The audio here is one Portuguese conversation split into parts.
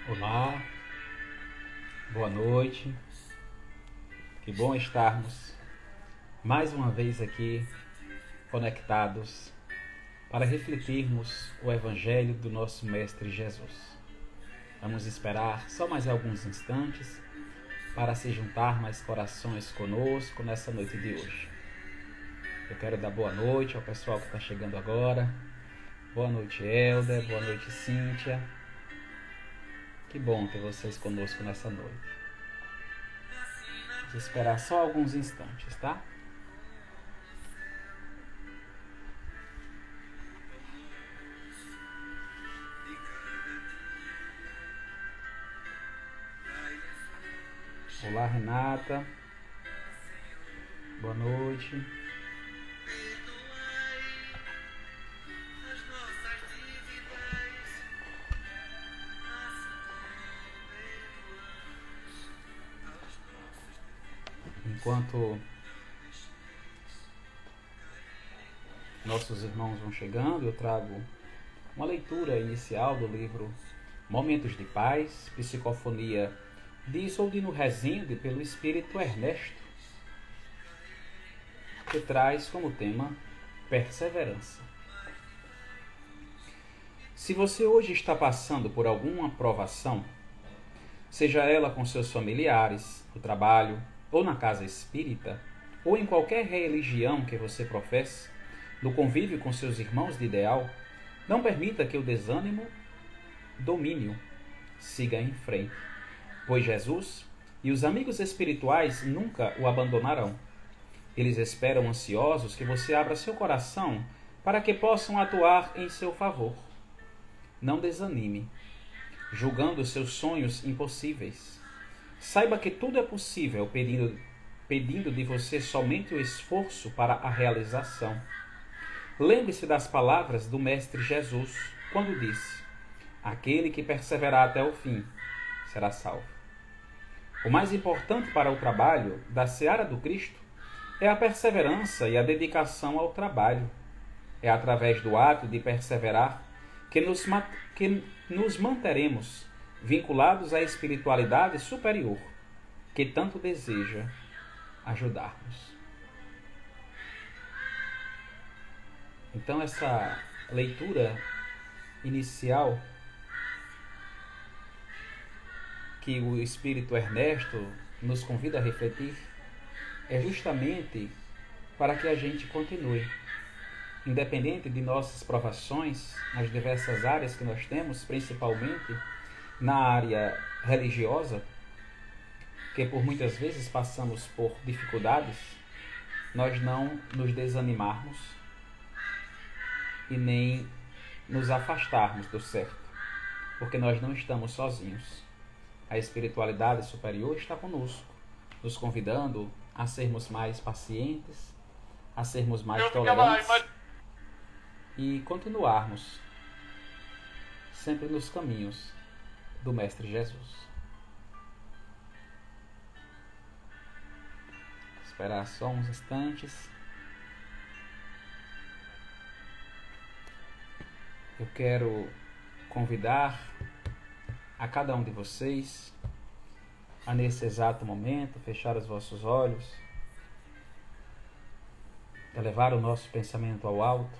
Olá, boa noite. Que bom estarmos mais uma vez aqui conectados para refletirmos o Evangelho do nosso Mestre Jesus. Vamos esperar só mais alguns instantes para se juntar mais corações conosco nessa noite de hoje. Eu quero dar boa noite ao pessoal que está chegando agora. Boa noite, Helder. Boa noite, Cíntia. Que bom ter vocês conosco nessa noite. Vou esperar só alguns instantes, tá? Olá, Renata. Boa noite. Enquanto nossos irmãos vão chegando, eu trago uma leitura inicial do livro Momentos de Paz, Psicofonia de Isoldino Rezende pelo Espírito Ernesto, que traz como tema perseverança. Se você hoje está passando por alguma provação, seja ela com seus familiares, no trabalho, ou na casa espírita, ou em qualquer religião que você professe, no convívio com seus irmãos de ideal, não permita que o desânimo domine-o. Siga em frente, pois Jesus e os amigos espirituais nunca o abandonarão. Eles esperam ansiosos que você abra seu coração para que possam atuar em seu favor. Não desanime, julgando seus sonhos impossíveis. Saiba que tudo é possível pedindo de você somente o esforço para a realização. Lembre-se das palavras do Mestre Jesus, quando disse: aquele que perseverar até o fim será salvo. O mais importante para o trabalho da seara do Cristo é a perseverança e a dedicação ao trabalho. É através do ato de perseverar que nos manteremos vinculados à espiritualidade superior, que tanto deseja ajudar-nos. Então, essa leitura inicial que o Espírito Ernesto nos convida a refletir é justamente para que a gente continue, independente de nossas provações nas diversas áreas que nós temos, principalmente na área religiosa, que por muitas vezes passamos por dificuldades, nós não nos desanimarmos e nem nos afastarmos do certo, porque nós não estamos sozinhos. A espiritualidade superior está conosco, nos convidando a sermos mais pacientes, a sermos mais tolerantes e continuarmos sempre nos caminhos do Mestre Jesus. Esperar só uns instantes. Eu quero convidar a cada um de vocês a, nesse exato momento, fechar os vossos olhos, elevar o nosso pensamento ao alto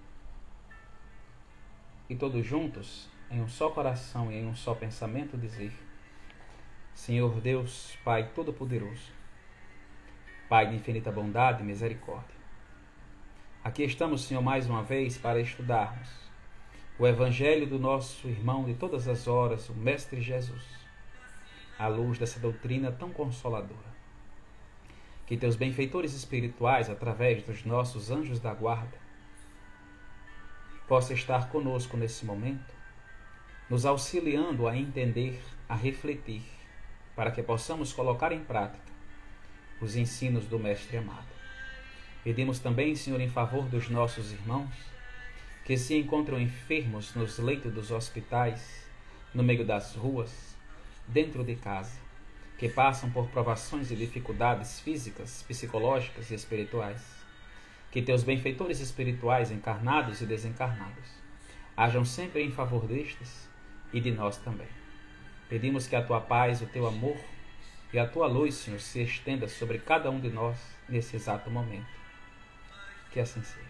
e todos juntos, em um só coração e em um só pensamento, dizer: Senhor Deus, Pai Todo-Poderoso, Pai de infinita bondade e misericórdia, aqui estamos, Senhor, mais uma vez para estudarmos o Evangelho do nosso irmão de todas as horas, o Mestre Jesus, à luz dessa doutrina tão consoladora. Que teus benfeitores espirituais, através dos nossos anjos da guarda, possa estar conosco nesse momento, nos auxiliando a entender, a refletir, para que possamos colocar em prática os ensinos do Mestre amado. Pedimos também, Senhor, em favor dos nossos irmãos que se encontram enfermos nos leitos dos hospitais, no meio das ruas, dentro de casa, que passam por provações e dificuldades físicas, psicológicas e espirituais. Que teus benfeitores espirituais, encarnados e desencarnados, hajam sempre em favor destes e de nós também. Pedimos que a tua paz, o teu amor e a tua luz, Senhor, se estenda sobre cada um de nós nesse exato momento. Que assim seja.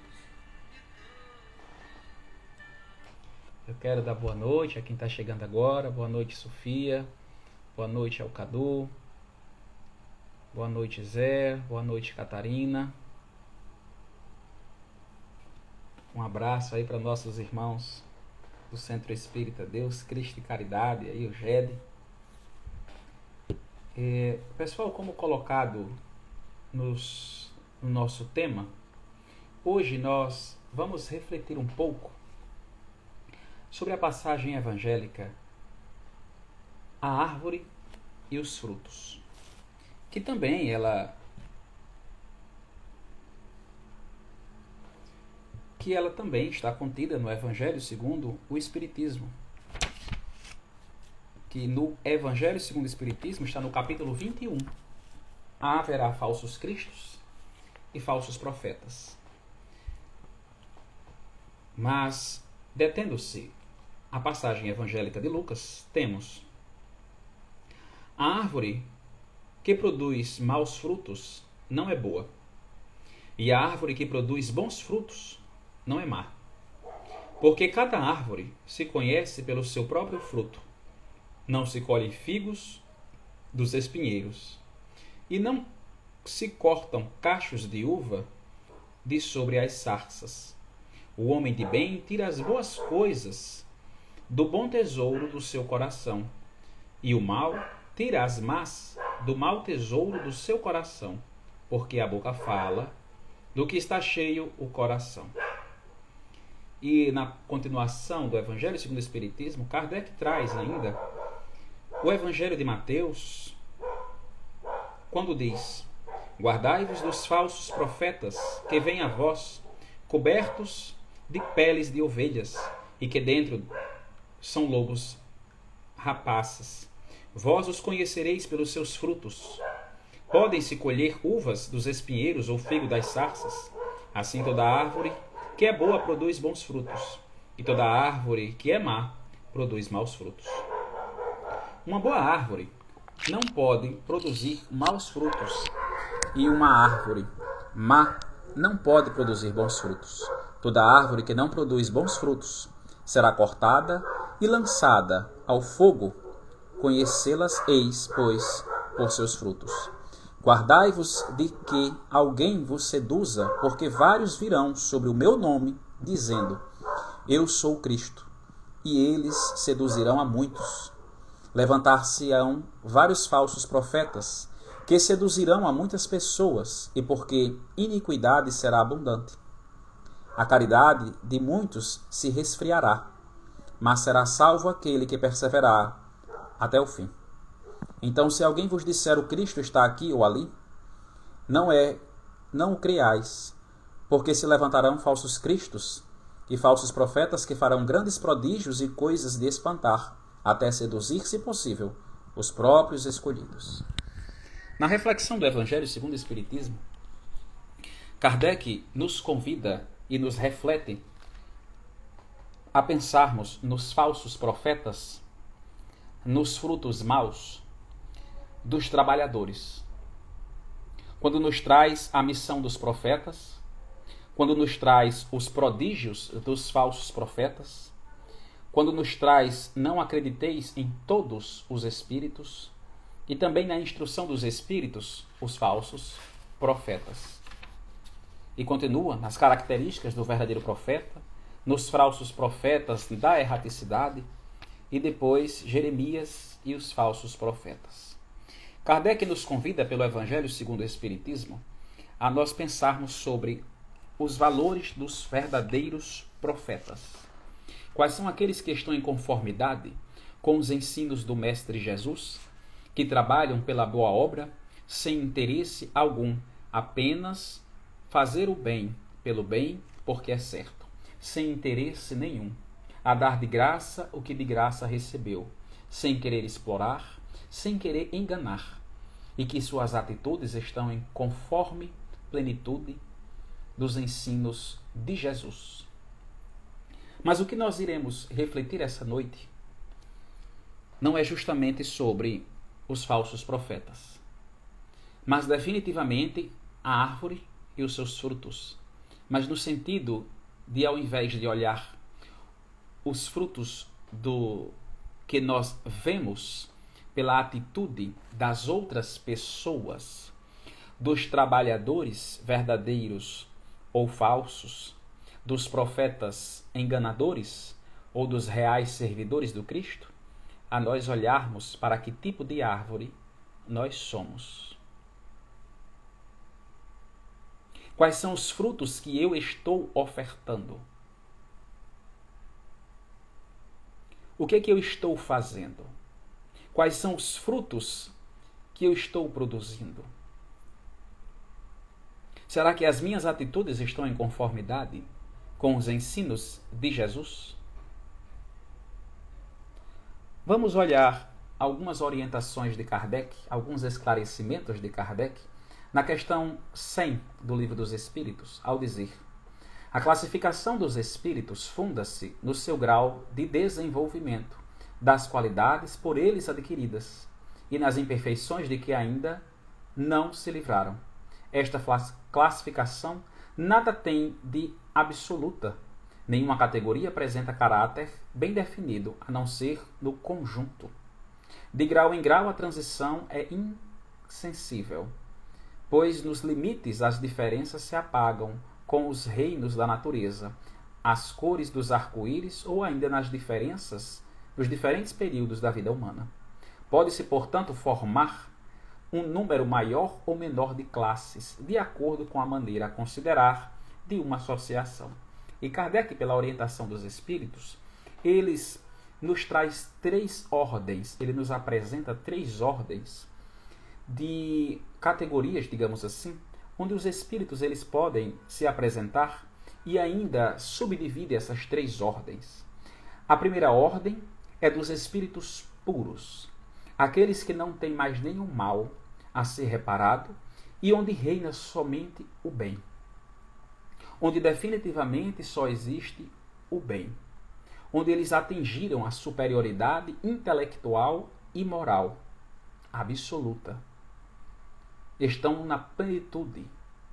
Eu quero dar boa noite a quem está chegando agora. Boa noite, Sofia. Boa noite ao Cadu. Boa noite, Zé. Boa noite, Catarina. Um abraço aí para nossos irmãos do Centro Espírita Deus, Cristo e Caridade, aí o GED. Pessoal, como colocado no nosso tema, hoje nós vamos refletir um pouco sobre a passagem evangélica A Árvore e os Frutos, que também ela também está contida no Evangelho segundo o Espiritismo. Que no Evangelho segundo o Espiritismo está no capítulo 21. Haverá falsos cristos e falsos profetas. Mas, detendo-se a passagem evangélica de Lucas, temos a árvore que produz maus frutos não é boa, e a árvore que produz bons frutos não é má. Porque cada árvore se conhece pelo seu próprio fruto. Não se colhem figos dos espinheiros, e não se cortam cachos de uva de sobre as sarças. O homem de bem tira as boas coisas do bom tesouro do seu coração, e o mal tira as más do mau tesouro do seu coração, porque a boca fala do que está cheio o coração. E na continuação do Evangelho segundo o Espiritismo, Kardec traz ainda o Evangelho de Mateus, quando diz: guardai-vos dos falsos profetas que vêm a vós, cobertos de peles de ovelhas, e que dentro são lobos rapaces. Vós os conhecereis pelos seus frutos. Podem-se colher uvas dos espinheiros ou figo das sarças? Assim toda árvore que é boa produz bons frutos, e toda árvore que é má produz maus frutos. Uma boa árvore não pode produzir maus frutos, e uma árvore má não pode produzir bons frutos. Toda árvore que não produz bons frutos será cortada e lançada ao fogo. Conhecê-las-eis, pois, por seus frutos. Guardai-vos de que alguém vos seduza, porque vários virão sobre o meu nome, dizendo: eu sou Cristo, e eles seduzirão a muitos. Levantar-se-ão vários falsos profetas, que seduzirão a muitas pessoas, e porque iniquidade será abundante. A caridade de muitos se resfriará, mas será salvo aquele que perseverar até o fim. Então, se alguém vos disser o Cristo está aqui ou ali, não o creais, porque se levantarão falsos cristos e falsos profetas que farão grandes prodígios e coisas de espantar, até seduzir, se possível, os próprios escolhidos. Na reflexão do Evangelho segundo o Espiritismo, Kardec nos convida e nos reflete a pensarmos nos falsos profetas, nos frutos maus dos trabalhadores. Quando nos traz a missão dos profetas, quando nos traz os prodígios dos falsos profetas, quando nos traz não acrediteis em todos os espíritos, e também na instrução dos espíritos, os falsos profetas. E continua nas características do verdadeiro profeta, nos falsos profetas da erraticidade, e depois Jeremias e os falsos profetas. Kardec nos convida pelo Evangelho segundo o Espiritismo a nós pensarmos sobre os valores dos verdadeiros profetas. Quais são aqueles que estão em conformidade com os ensinos do Mestre Jesus, que trabalham pela boa obra, sem interesse algum, apenas fazer o bem pelo bem, porque é certo, sem interesse nenhum, a dar de graça o que de graça recebeu, sem querer explorar, sem querer enganar, e que suas atitudes estão em conforme plenitude dos ensinos de Jesus. Mas o que nós iremos refletir essa noite não é justamente sobre os falsos profetas, mas definitivamente a árvore e os seus frutos. Mas no sentido de, ao invés de olhar os frutos do que nós vemos pela atitude das outras pessoas, dos trabalhadores verdadeiros ou falsos, dos profetas enganadores ou dos reais servidores do Cristo, a nós olharmos para que tipo de árvore nós somos. Quais são os frutos que eu estou ofertando? O que é que eu estou fazendo? Quais são os frutos que eu estou produzindo? Será que as minhas atitudes estão em conformidade com os ensinos de Jesus? Vamos olhar algumas orientações de Kardec, alguns esclarecimentos de Kardec, na questão 100 do Livro dos Espíritos, ao dizer: a classificação dos espíritos funda-se no seu grau de desenvolvimento, das qualidades por eles adquiridas e nas imperfeições de que ainda não se livraram. Esta classificação nada tem de absoluta. Nenhuma categoria apresenta caráter bem definido, a não ser no conjunto. De grau em grau, a transição é insensível, pois nos limites as diferenças se apagam com os reinos da natureza, as cores dos arco-íris ou ainda nas diferenças dos diferentes períodos da vida humana. Pode-se, portanto, formar um número maior ou menor de classes, de acordo com a maneira a considerar de uma associação. E Kardec, pela orientação dos espíritos, eles nos traz 3 ordens, ele nos apresenta 3 ordens de categorias, digamos assim, onde os espíritos eles podem se apresentar e ainda subdivide essas 3 ordens. A primeira ordem é dos espíritos puros, aqueles que não têm mais nenhum mal a ser reparado e onde reina somente o bem, onde definitivamente só existe o bem, onde eles atingiram a superioridade intelectual e moral absoluta. Estão na plenitude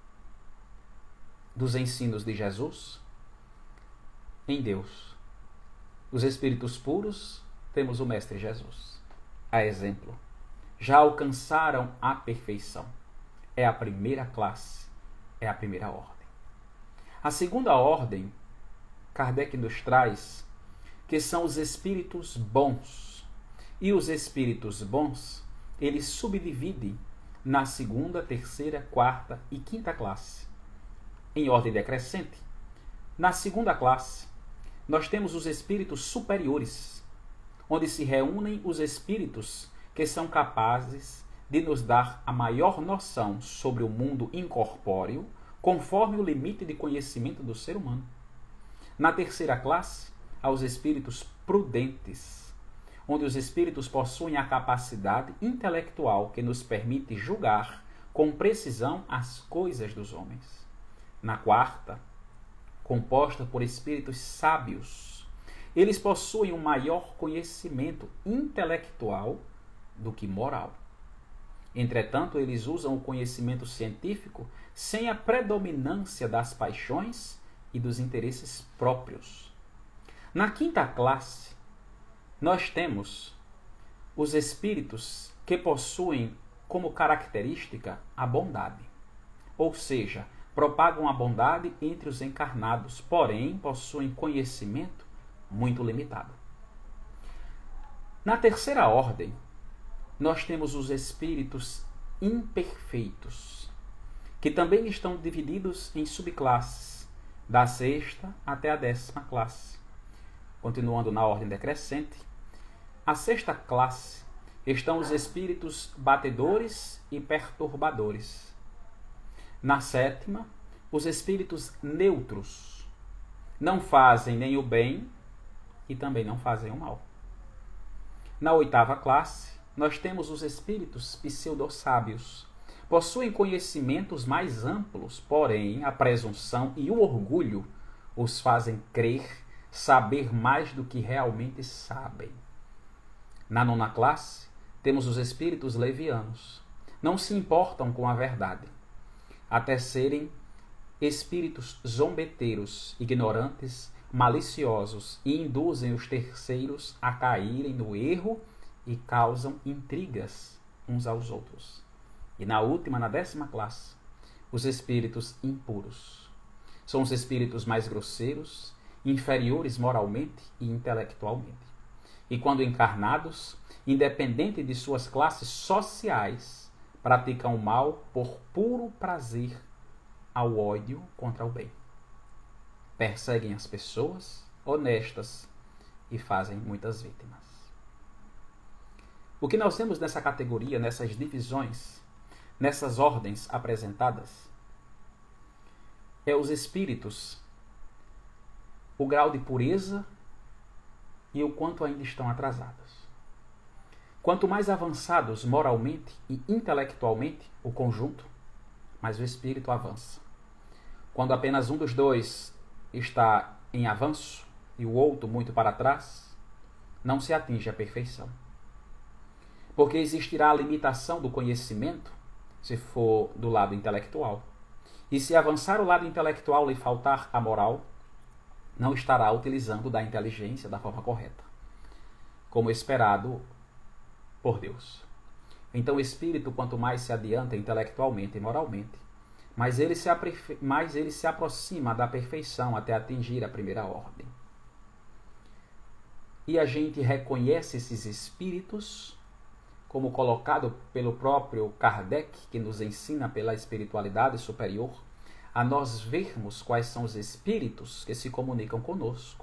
dos ensinos de Jesus em Deus. Os espíritos puros, temos o Mestre Jesus. A exemplo, já alcançaram a perfeição. É a primeira classe, é a primeira ordem. A segunda ordem, Kardec nos traz, que são os espíritos bons. E os espíritos bons, eles subdividem na segunda, terceira, quarta e quinta classe, em ordem decrescente. Na segunda classe, nós temos os espíritos superiores, onde se reúnem os espíritos que são capazes de nos dar a maior noção sobre o mundo incorpóreo, conforme o limite de conhecimento do ser humano. Na terceira classe, há os espíritos prudentes, onde os espíritos possuem a capacidade intelectual que nos permite julgar com precisão as coisas dos homens. Na quarta, composta por espíritos sábios, eles possuem um maior conhecimento intelectual do que moral. Entretanto, eles usam o conhecimento científico sem a predominância das paixões e dos interesses próprios. Na quinta classe, nós temos os espíritos que possuem como característica a bondade, ou seja, propagam a bondade entre os encarnados, porém possuem conhecimento muito limitado. Na terceira ordem, nós temos os espíritos imperfeitos, que também estão divididos em subclasses, da sexta até a 10ª classe. Continuando na ordem decrescente, a sexta classe estão os espíritos batedores e perturbadores. Na sétima, os espíritos neutros, não fazem nem o bem e também não fazem o mal. Na oitava classe, nós temos os espíritos pseudo-sábios. Possuem conhecimentos mais amplos, porém a presunção e o orgulho os fazem crer saber mais do que realmente sabem. Na nona classe, temos os espíritos levianos. Não se importam com a verdade, até serem espíritos zombeteiros, ignorantes, maliciosos e induzem os terceiros a caírem no erro e causam intrigas uns aos outros. E na última, na 10ª classe, os espíritos impuros. São os espíritos mais grosseiros, inferiores moralmente e intelectualmente. E quando encarnados, independente de suas classes sociais, praticam o mal por puro prazer ao ódio contra o bem. Perseguem as pessoas honestas e fazem muitas vítimas. O que nós temos nessa categoria, nessas divisões, nessas ordens apresentadas, é os espíritos, o grau de pureza e o quanto ainda estão atrasados. Quanto mais avançados moralmente e intelectualmente o conjunto, mais o espírito avança. Quando apenas um dos dois está em avanço e o outro muito para trás, não se atinge a perfeição. Porque existirá a limitação do conhecimento, se for do lado intelectual. E se avançar o lado intelectual e faltar a moral, não estará utilizando da inteligência da forma correta, como esperado por Deus. Então o espírito, quanto mais se adianta intelectualmente e moralmente, mais ele se aproxima da perfeição até atingir a primeira ordem. E a gente reconhece esses espíritos, como colocado pelo próprio Kardec, que nos ensina pela espiritualidade superior, a nós vermos quais são os espíritos que se comunicam conosco.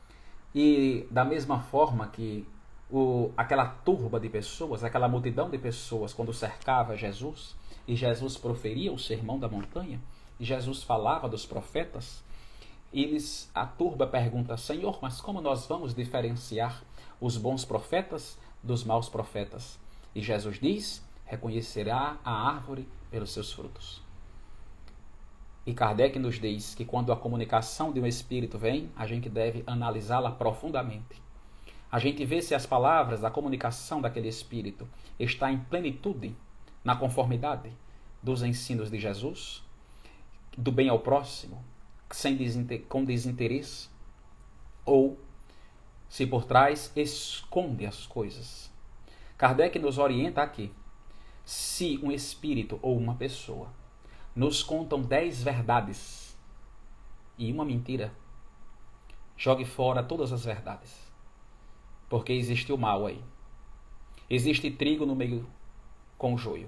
E da mesma forma que aquela turba de pessoas, aquela multidão de pessoas, quando cercava Jesus, e Jesus proferia o sermão da montanha, e Jesus falava dos profetas, a turba pergunta: Senhor, mas como nós vamos diferenciar os bons profetas dos maus profetas? E Jesus diz: reconhecerá a árvore pelos seus frutos. E Kardec nos diz que quando a comunicação de um espírito vem, a gente deve analisá-la profundamente. A gente vê se as palavras da comunicação daquele espírito está em plenitude, na conformidade dos ensinos de Jesus, do bem ao próximo, com desinteresse, ou se por trás esconde as coisas. Kardec nos orienta aqui: se um espírito ou uma pessoa nos contam 10 verdades e uma mentira, jogue fora todas as verdades, porque existe o mal aí. Existe trigo no meio com joio.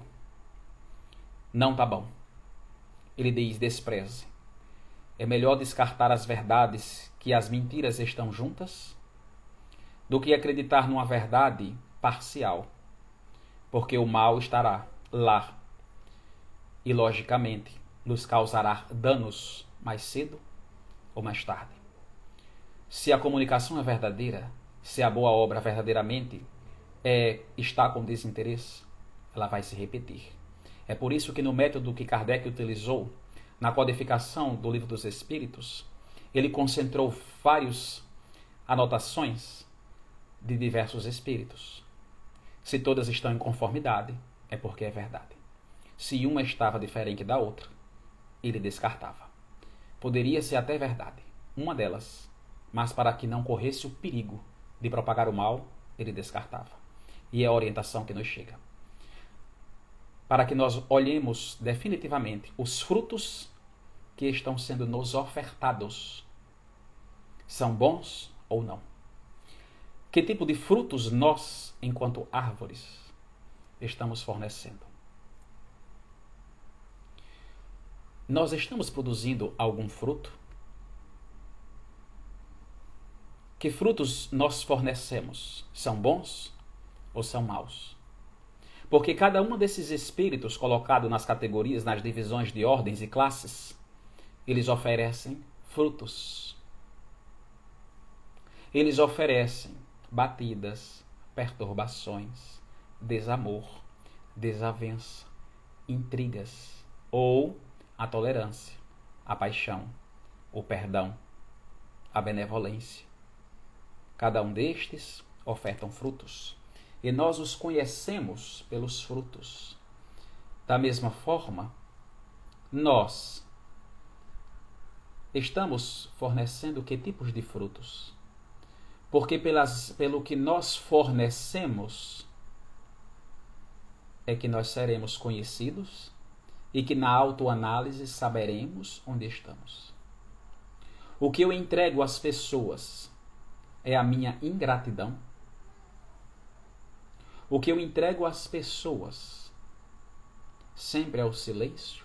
Não tá bom. Ele diz: despreze. É melhor descartar as verdades que as mentiras estão juntas do que acreditar numa verdade parcial, porque o mal estará lá e, logicamente, nos causará danos mais cedo ou mais tarde. Se a comunicação é verdadeira, se a boa obra verdadeiramente está com desinteresse, ela vai se repetir. É por isso que no método que Kardec utilizou na codificação do Livro dos Espíritos, ele concentrou várias anotações de diversos espíritos. Se todas estão em conformidade, é porque é verdade. Se uma estava diferente da outra, ele descartava. Poderia ser até verdade, uma delas, mas para que não corresse o perigo de propagar o mal, ele descartava. E é a orientação que nos chega. Para que nós olhemos definitivamente os frutos que estão sendo nos ofertados. São bons ou não? Que tipo de frutos nós, enquanto árvores, estamos fornecendo? Nós estamos produzindo algum fruto? Que frutos nós fornecemos? São bons ou são maus? Porque cada um desses espíritos colocado nas categorias, nas divisões de ordens e classes, eles oferecem frutos. Eles oferecem batidas, perturbações, desamor, desavença, intrigas, ou a tolerância, a paixão, o perdão, a benevolência. Cada um destes ofertam frutos. e nós os conhecemos pelos frutos. Da mesma forma, nós estamos fornecendo que tipos de frutos? Porque pelo que nós fornecemos é que nós seremos conhecidos e que na autoanálise saberemos onde estamos. O que eu entrego às pessoas é a minha ingratidão. O que eu entrego às pessoas sempre é o silêncio.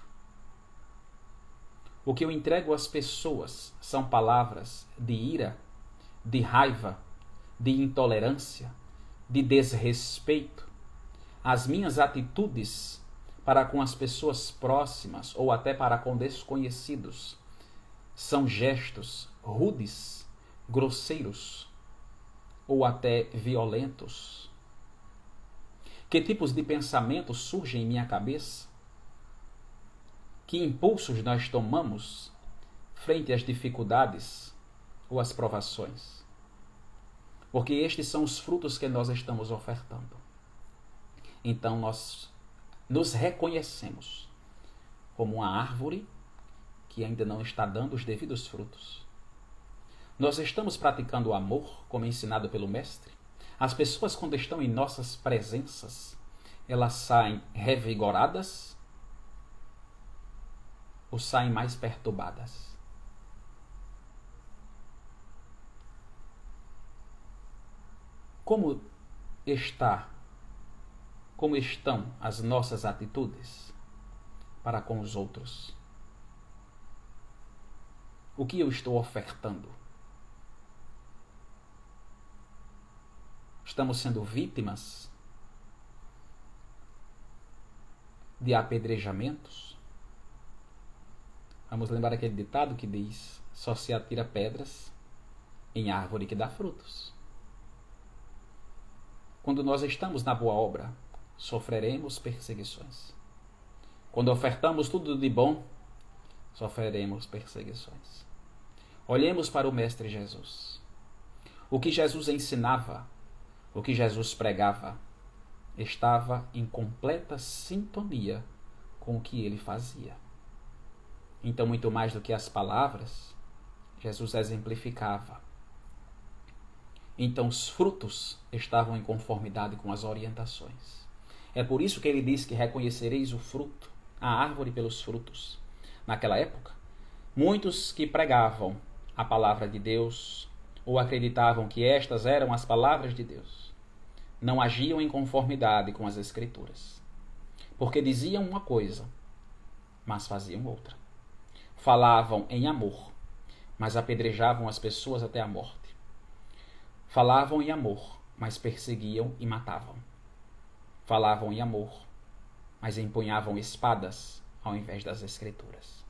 O que eu entrego às pessoas são palavras de ira, de raiva, de intolerância, de desrespeito. As minhas atitudes para com as pessoas próximas ou até para com desconhecidos são gestos rudes, grosseiros ou até violentos. Que tipos de pensamentos surgem em minha cabeça? Que impulsos nós tomamos frente às dificuldades ou às provações? Porque estes são os frutos que nós estamos ofertando. Então nós nos reconhecemos como uma árvore que ainda não está dando os devidos frutos. Nós estamos praticando o amor, como ensinado pelo Mestre. As pessoas, quando estão em nossas presenças, elas saem revigoradas ou saem mais perturbadas? Como estão as nossas atitudes para com os outros? O que eu estou ofertando? Estamos sendo vítimas de apedrejamentos? Vamos lembrar aquele ditado que diz: só se atira pedras em árvore que dá frutos. Quando nós estamos na boa obra, sofreremos perseguições. Quando ofertamos tudo de bom, sofreremos perseguições. Olhemos para o Mestre Jesus. O que Jesus ensinava, o que Jesus pregava, estava em completa sintonia com o que ele fazia. Então, muito mais do que as palavras, Jesus exemplificava. Então, os frutos estavam em conformidade com as orientações. É por isso que ele diz que reconhecereis o fruto, a árvore pelos frutos. Naquela época, muitos que pregavam a palavra de Deus ou acreditavam que estas eram as palavras de Deus, não agiam em conformidade com as Escrituras. Porque diziam uma coisa, mas faziam outra. Falavam em amor, mas apedrejavam as pessoas até a morte. Falavam em amor, mas perseguiam e matavam. Falavam em amor, mas empunhavam espadas ao invés das Escrituras.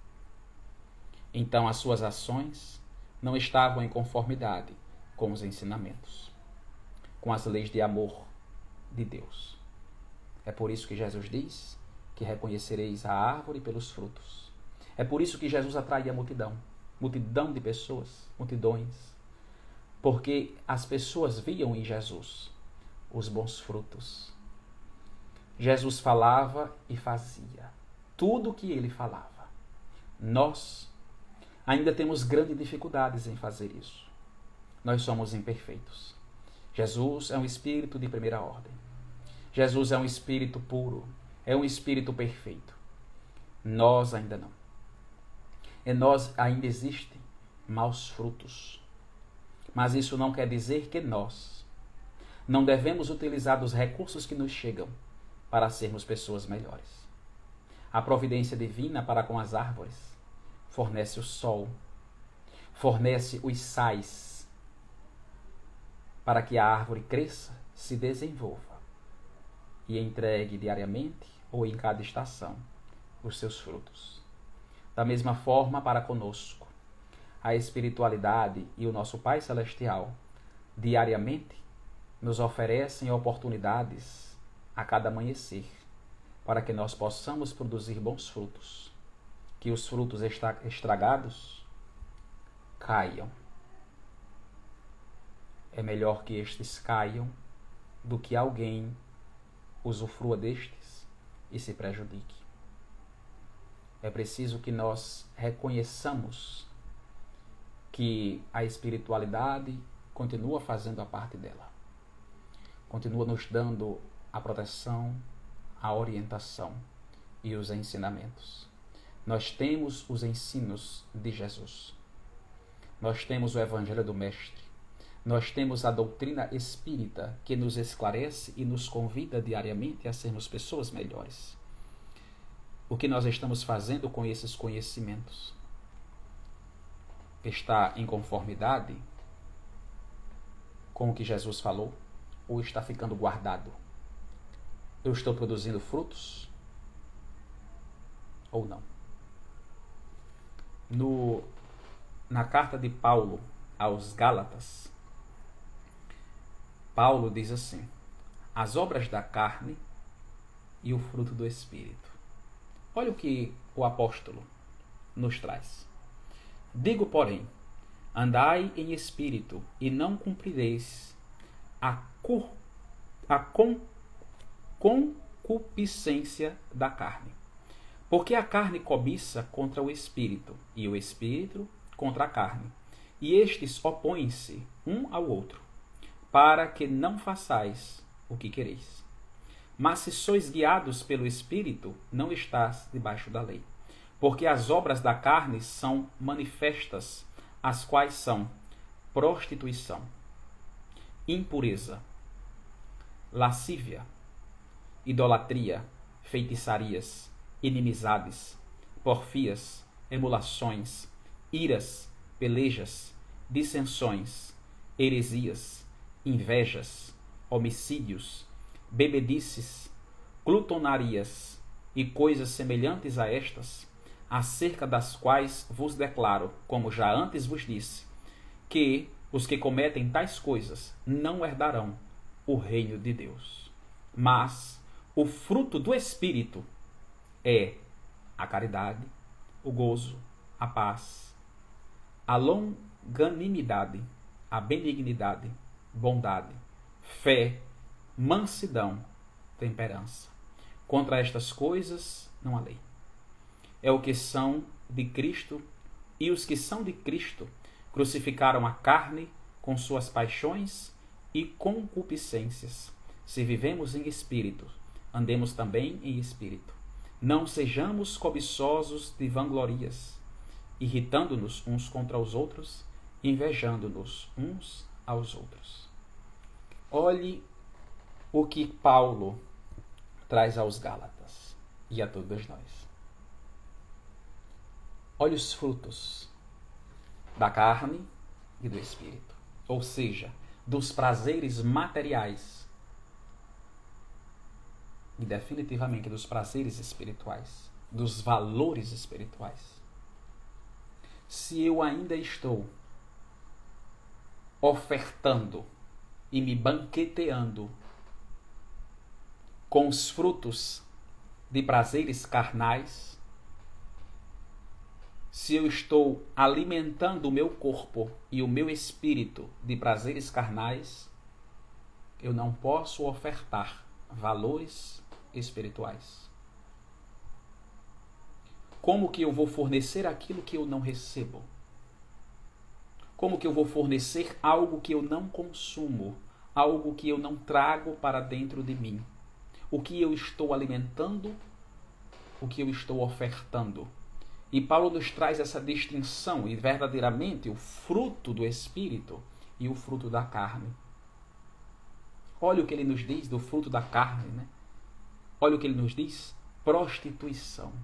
Então as suas ações não estavam em conformidade com os ensinamentos, com as leis de amor de Deus. É por isso que Jesus diz que reconhecereis a árvore pelos frutos. É por isso que Jesus atraía a multidão de pessoas, multidões, porque as pessoas viam em Jesus os bons frutos. Jesus falava e fazia tudo o que ele falava. Nós ainda temos grandes dificuldades em fazer isso. Nós somos imperfeitos. Jesus é um espírito de primeira ordem. Jesus é um espírito puro, é um espírito perfeito. Nós ainda não. Em nós ainda existem maus frutos. Mas isso não quer dizer que nós não devemos utilizar os recursos que nos chegam para sermos pessoas melhores. A providência divina para com as árvores fornece o sol, fornece os sais para que a árvore cresça, se desenvolva e entregue diariamente ou em cada estação os seus frutos. Da mesma forma para conosco, a espiritualidade e o nosso Pai Celestial diariamente nos oferecem oportunidades a cada amanhecer para que nós possamos produzir bons frutos, que os frutos estragados caiam. É melhor que estes caiam do que alguém usufrua destes e se prejudique. É preciso que nós reconheçamos que a espiritualidade continua fazendo a parte dela. Continua nos dando a proteção, a orientação e os ensinamentos. Nós temos os ensinos de Jesus. Nós temos o Evangelho do Mestre. Nós temos a doutrina espírita que nos esclarece e nos convida diariamente a sermos pessoas melhores. O que nós estamos fazendo com esses conhecimentos? Está em conformidade com o que Jesus falou? Ou está ficando guardado? Eu estou produzindo frutos? Ou não? Na carta de Paulo aos Gálatas, Paulo diz assim: as obras da carne e o fruto do Espírito. Olha o que o apóstolo nos traz. Digo, porém, andai em espírito e não cumprireis a concupiscência da carne. Porque a carne cobiça contra o espírito, e o espírito contra a carne. E estes opõem-se um ao outro, para que não façais o que quereis. Mas se sois guiados pelo espírito, não estás debaixo da lei. Porque as obras da carne são manifestas, as quais são prostituição, impureza, lascívia, idolatria, feitiçarias, inimizades, porfias, emulações, iras, pelejas, dissensões, heresias, invejas, homicídios, bebedices, glutonarias e coisas semelhantes a estas, acerca das quais vos declaro, como já antes vos disse, que os que cometem tais coisas não herdarão o reino de Deus. Mas o fruto do Espírito é a caridade, o gozo, a paz, a longanimidade, a benignidade, bondade, fé, mansidão, temperança. Contra estas coisas não há lei. É o que são de Cristo, e os que são de Cristo crucificaram a carne com suas paixões e concupiscências. Se vivemos em espírito, andemos também em espírito. Não sejamos cobiçosos de vanglorias, irritando-nos uns contra os outros, invejando-nos uns aos outros. Olhe o que Paulo traz aos Gálatas e a todos nós. Olhe os frutos da carne e do espírito, ou seja, dos prazeres materiais e definitivamente dos prazeres espirituais, dos valores espirituais. Se eu ainda estou ofertando e me banqueteando com os frutos de prazeres carnais, se eu estou alimentando o meu corpo e o meu espírito de prazeres carnais, eu não posso ofertar valores espirituais. Como que eu vou fornecer aquilo que eu não recebo? Como que eu vou fornecer algo que eu não consumo, algo que eu não trago para dentro de mim? O que eu estou alimentando, o que eu estou ofertando? E Paulo nos traz essa distinção, e verdadeiramente o fruto do Espírito e o fruto da carne. Olha o que ele nos diz do fruto da carne, né? Olha o que ele nos diz: prostituição.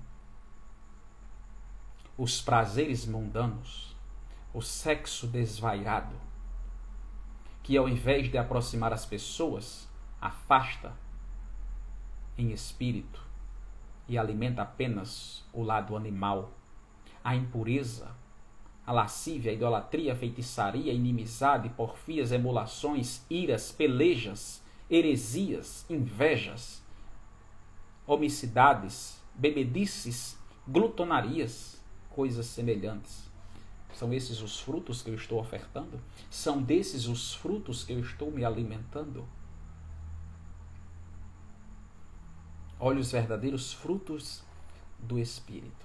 Os prazeres mundanos, o sexo desvairado, que ao invés de aproximar as pessoas, afasta em espírito e alimenta apenas o lado animal. A impureza, a lascívia, a idolatria, a feitiçaria, a inimizade, porfias, emulações, iras, pelejas, heresias, invejas, homicidades, bebedices, glutonarias, coisas semelhantes. São esses os frutos que eu estou ofertando? São desses os frutos que eu estou me alimentando? Olhe os verdadeiros frutos do Espírito.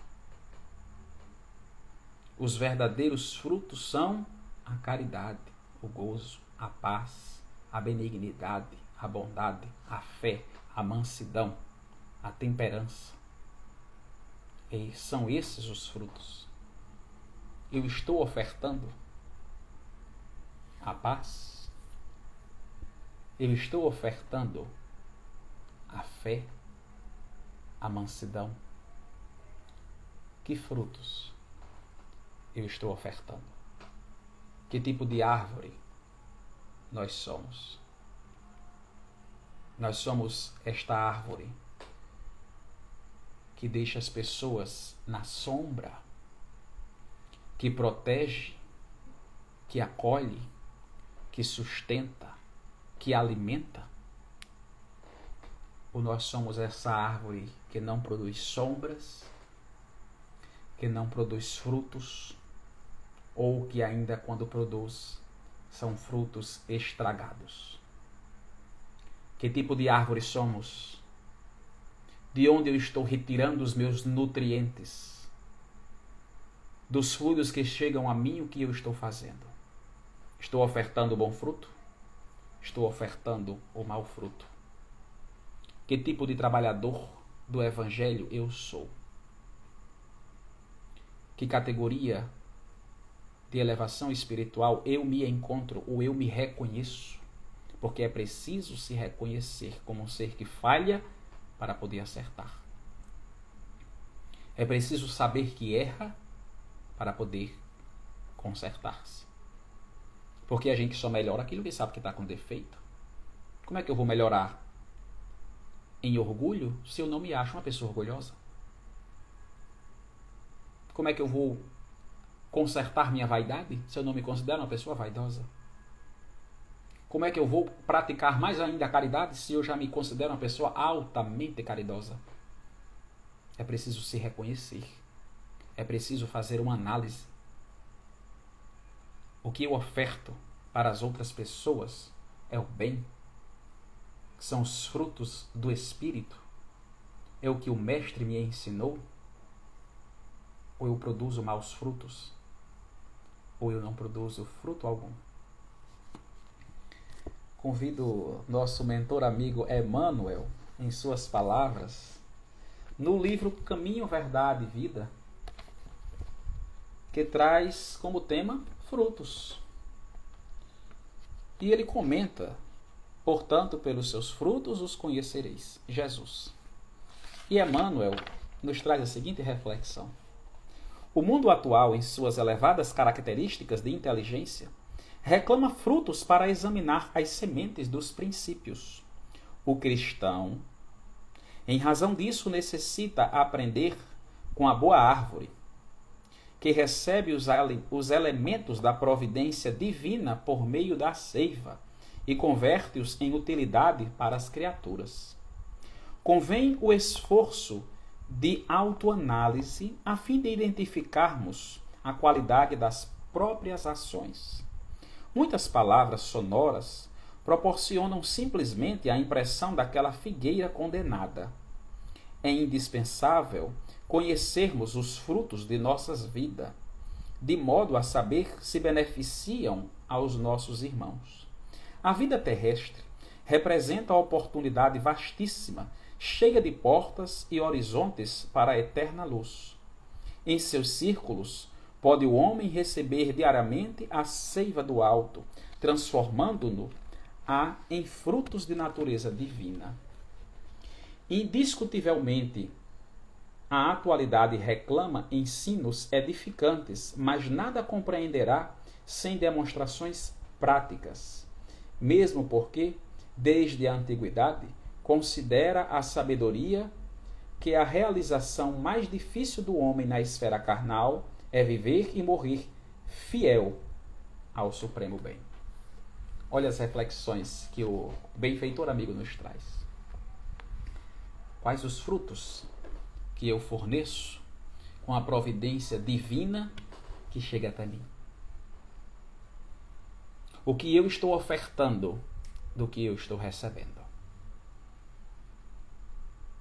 Os verdadeiros frutos são a caridade, o gozo, a paz, a benignidade, a bondade, a fé, a mansidão, a temperança. E são esses os frutos. Eu estou ofertando a paz. Eu estou ofertando a fé, a mansidão. Que frutos eu estou ofertando? Que tipo de árvore nós somos? Nós somos esta árvore que deixa as pessoas na sombra, que protege, que acolhe, que sustenta, que alimenta? Ou nós somos essa árvore que não produz sombras, que não produz frutos, ou que ainda quando produz são frutos estragados? Que tipo de árvore somos? De onde eu estou retirando os meus nutrientes? Dos fluidos que chegam a mim, o que eu estou fazendo? Estou ofertando o bom fruto? Estou ofertando o mau fruto? Que tipo de trabalhador do Evangelho eu sou? Que categoria de elevação espiritual eu me encontro ou eu me reconheço? Porque é preciso se reconhecer como um ser que falha para poder acertar. É preciso saber que erra para poder consertar-se. Porque a gente só melhora aquilo que sabe que está com defeito. Como é que eu vou melhorar em orgulho se eu não me acho uma pessoa orgulhosa? Como é que eu vou consertar minha vaidade se eu não me considero uma pessoa vaidosa? Como é que eu vou praticar mais ainda a caridade se eu já me considero uma pessoa altamente caridosa? É preciso se reconhecer. É preciso fazer uma análise. O que eu oferto para as outras pessoas é o bem? São os frutos do Espírito? É o que o Mestre me ensinou? Ou eu produzo maus frutos? Ou eu não produzo fruto algum? Convido nosso mentor amigo Emmanuel, em suas palavras, no livro Caminho, Verdade e Vida, que traz como tema frutos. E ele comenta: portanto, pelos seus frutos os conhecereis. Jesus. E Emmanuel nos traz a seguinte reflexão: o mundo atual, em suas elevadas características de inteligência, reclama frutos para examinar as sementes dos princípios. O cristão, em razão disso, necessita aprender com a boa árvore, que recebe os elementos da providência divina por meio da seiva e converte-os em utilidade para as criaturas. Convém o esforço de autoanálise a fim de identificarmos a qualidade das próprias ações. Muitas palavras sonoras proporcionam simplesmente a impressão daquela figueira condenada. É indispensável conhecermos os frutos de nossas vidas, de modo a saber se beneficiam aos nossos irmãos. A vida terrestre representa a oportunidade vastíssima, cheia de portas e horizontes para a eterna luz. Em seus círculos, pode o homem receber diariamente a seiva do alto, transformando-no em frutos de natureza divina. Indiscutivelmente, a atualidade reclama ensinos edificantes, mas nada compreenderá sem demonstrações práticas, mesmo porque, desde a antiguidade, considera a sabedoria que a realização mais difícil do homem na esfera carnal é viver e morrer fiel ao supremo bem. Olha as reflexões que o benfeitor amigo nos traz. Quais os frutos que eu forneço com a providência divina que chega até mim? O que eu estou ofertando do que eu estou recebendo?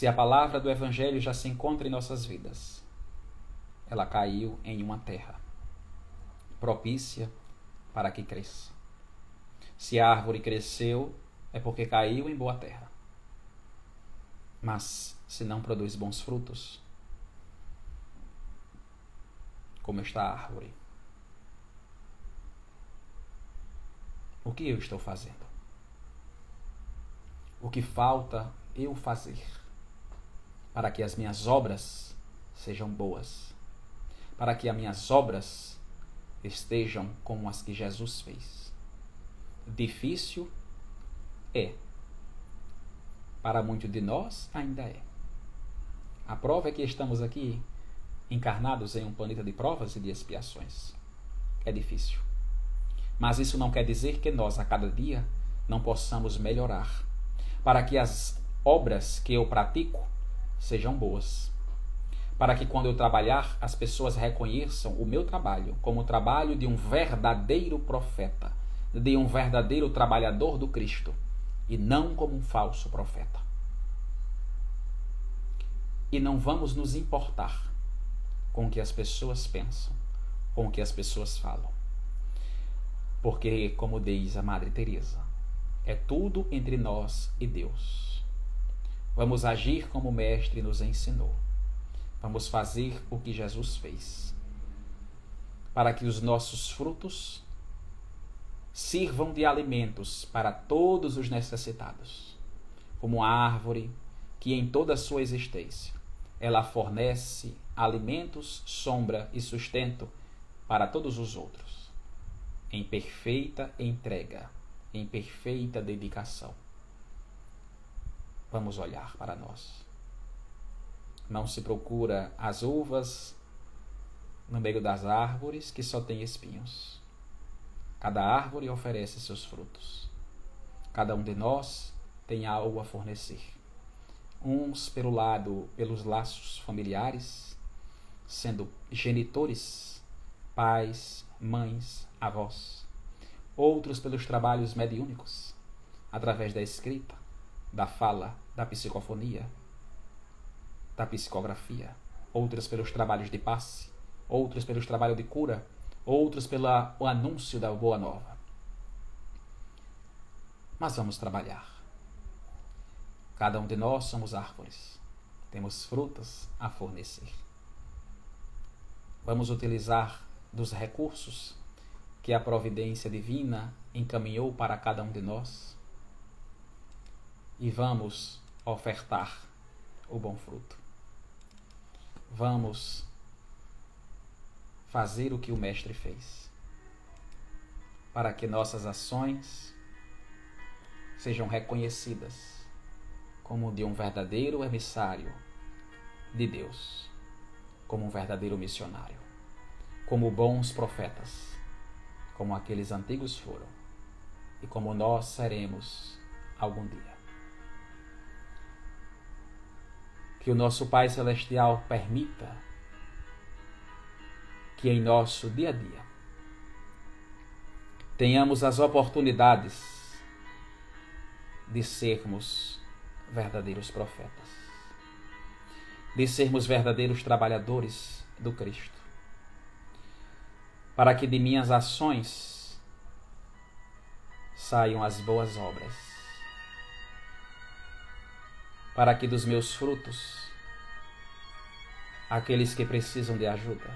Se a palavra do Evangelho já se encontra em nossas vidas, ela caiu em uma terra propícia para que cresça. Se a árvore cresceu, é porque caiu em boa terra. Mas se não produz bons frutos, como está a árvore, o que eu estou fazendo? O que falta eu fazer para que as minhas obras sejam boas, para que as minhas obras estejam como as que Jesus fez? Difícil é. Para muitos de nós ainda é. A prova é que estamos aqui encarnados em um planeta de provas e de expiações. É difícil. Mas isso não quer dizer que nós, a cada dia, não possamos melhorar, para que as obras que eu pratico sejam boas. Para que quando eu trabalhar, as pessoas reconheçam o meu trabalho como o trabalho de um verdadeiro profeta, de um verdadeiro trabalhador do Cristo, e não como um falso profeta. E não vamos nos importar com o que as pessoas pensam, com o que as pessoas falam. Porque, como diz a Madre Teresa, é tudo entre nós e Deus. Vamos agir como o Mestre nos ensinou. Vamos fazer o que Jesus fez, para que os nossos frutos sirvam de alimentos para todos os necessitados, como a árvore que em toda a sua existência ela fornece alimentos, sombra e sustento para todos os outros, em perfeita entrega, em perfeita dedicação. Vamos olhar para nós. Não se procura as uvas no meio das árvores que só tem espinhos. Cada árvore oferece seus frutos. Cada um de nós tem algo a fornecer. Uns pelos laços familiares, sendo genitores, pais, mães, avós. Outros pelos trabalhos mediúnicos, através da escrita, da fala, da psicofonia, da psicografia. Outros pelos trabalhos de passe, outros pelos trabalhos de cura, outros pelo anúncio da boa nova. Mas vamos trabalhar. Cada um de nós somos árvores. Temos frutas a fornecer. Vamos utilizar dos recursos que a providência divina encaminhou para cada um de nós e vamos ofertar o bom fruto. Vamos fazer o que o Mestre fez, para que nossas ações sejam reconhecidas como de um verdadeiro emissário de Deus, como um verdadeiro missionário, como bons profetas, como aqueles antigos foram e como nós seremos algum dia. Que o nosso Pai Celestial permita que em nosso dia a dia tenhamos as oportunidades de sermos verdadeiros profetas, de sermos verdadeiros trabalhadores do Cristo, para que de minhas ações saiam as boas obras, para que dos meus frutos aqueles que precisam de ajuda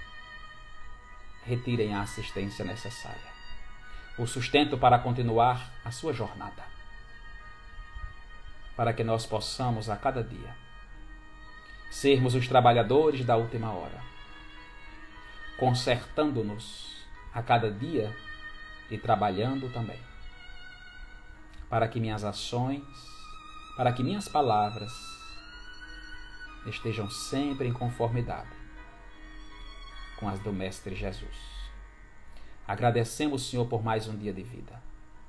retirem a assistência necessária, o sustento para continuar a sua jornada, para que nós possamos a cada dia sermos os trabalhadores da última hora, consertando-nos a cada dia e trabalhando também, para que minhas ações, para que minhas palavras estejam sempre em conformidade com as do Mestre Jesus. Agradecemos, Senhor, por mais um dia de vida,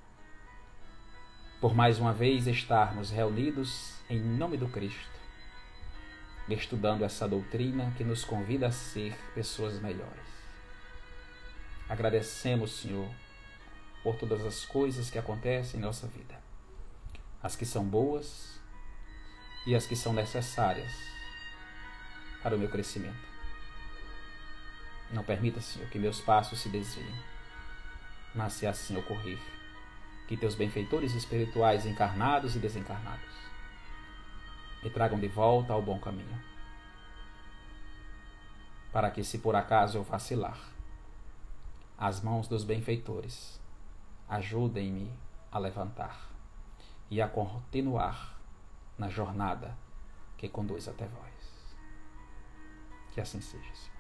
por mais uma vez estarmos reunidos em nome do Cristo, estudando essa doutrina que nos convida a ser pessoas melhores. Agradecemos, Senhor, por todas as coisas que acontecem em nossa vida, as que são boas e as que são necessárias para o meu crescimento. Não permita, Senhor, que meus passos se desviem, mas se assim ocorrer, que teus benfeitores espirituais encarnados e desencarnados me tragam de volta ao bom caminho, para que, se por acaso eu vacilar, as mãos dos benfeitores ajudem-me a levantar e a continuar na jornada que conduz até vós. Que assim seja, Senhor.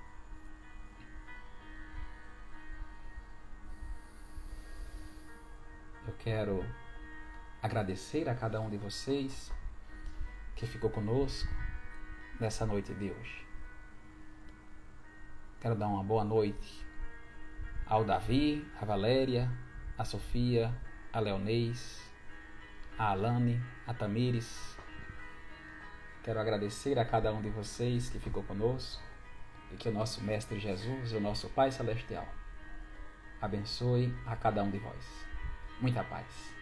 Eu quero agradecer a cada um de vocês que ficou conosco nessa noite de hoje. Quero dar uma boa noite ao Davi, a Valéria, a Sofia, a Leonês, a Alane, a Tamires. Quero agradecer a cada um de vocês que ficou conosco e que o nosso Mestre Jesus e o nosso Pai Celestial abençoe a cada um de vós. Muita paz.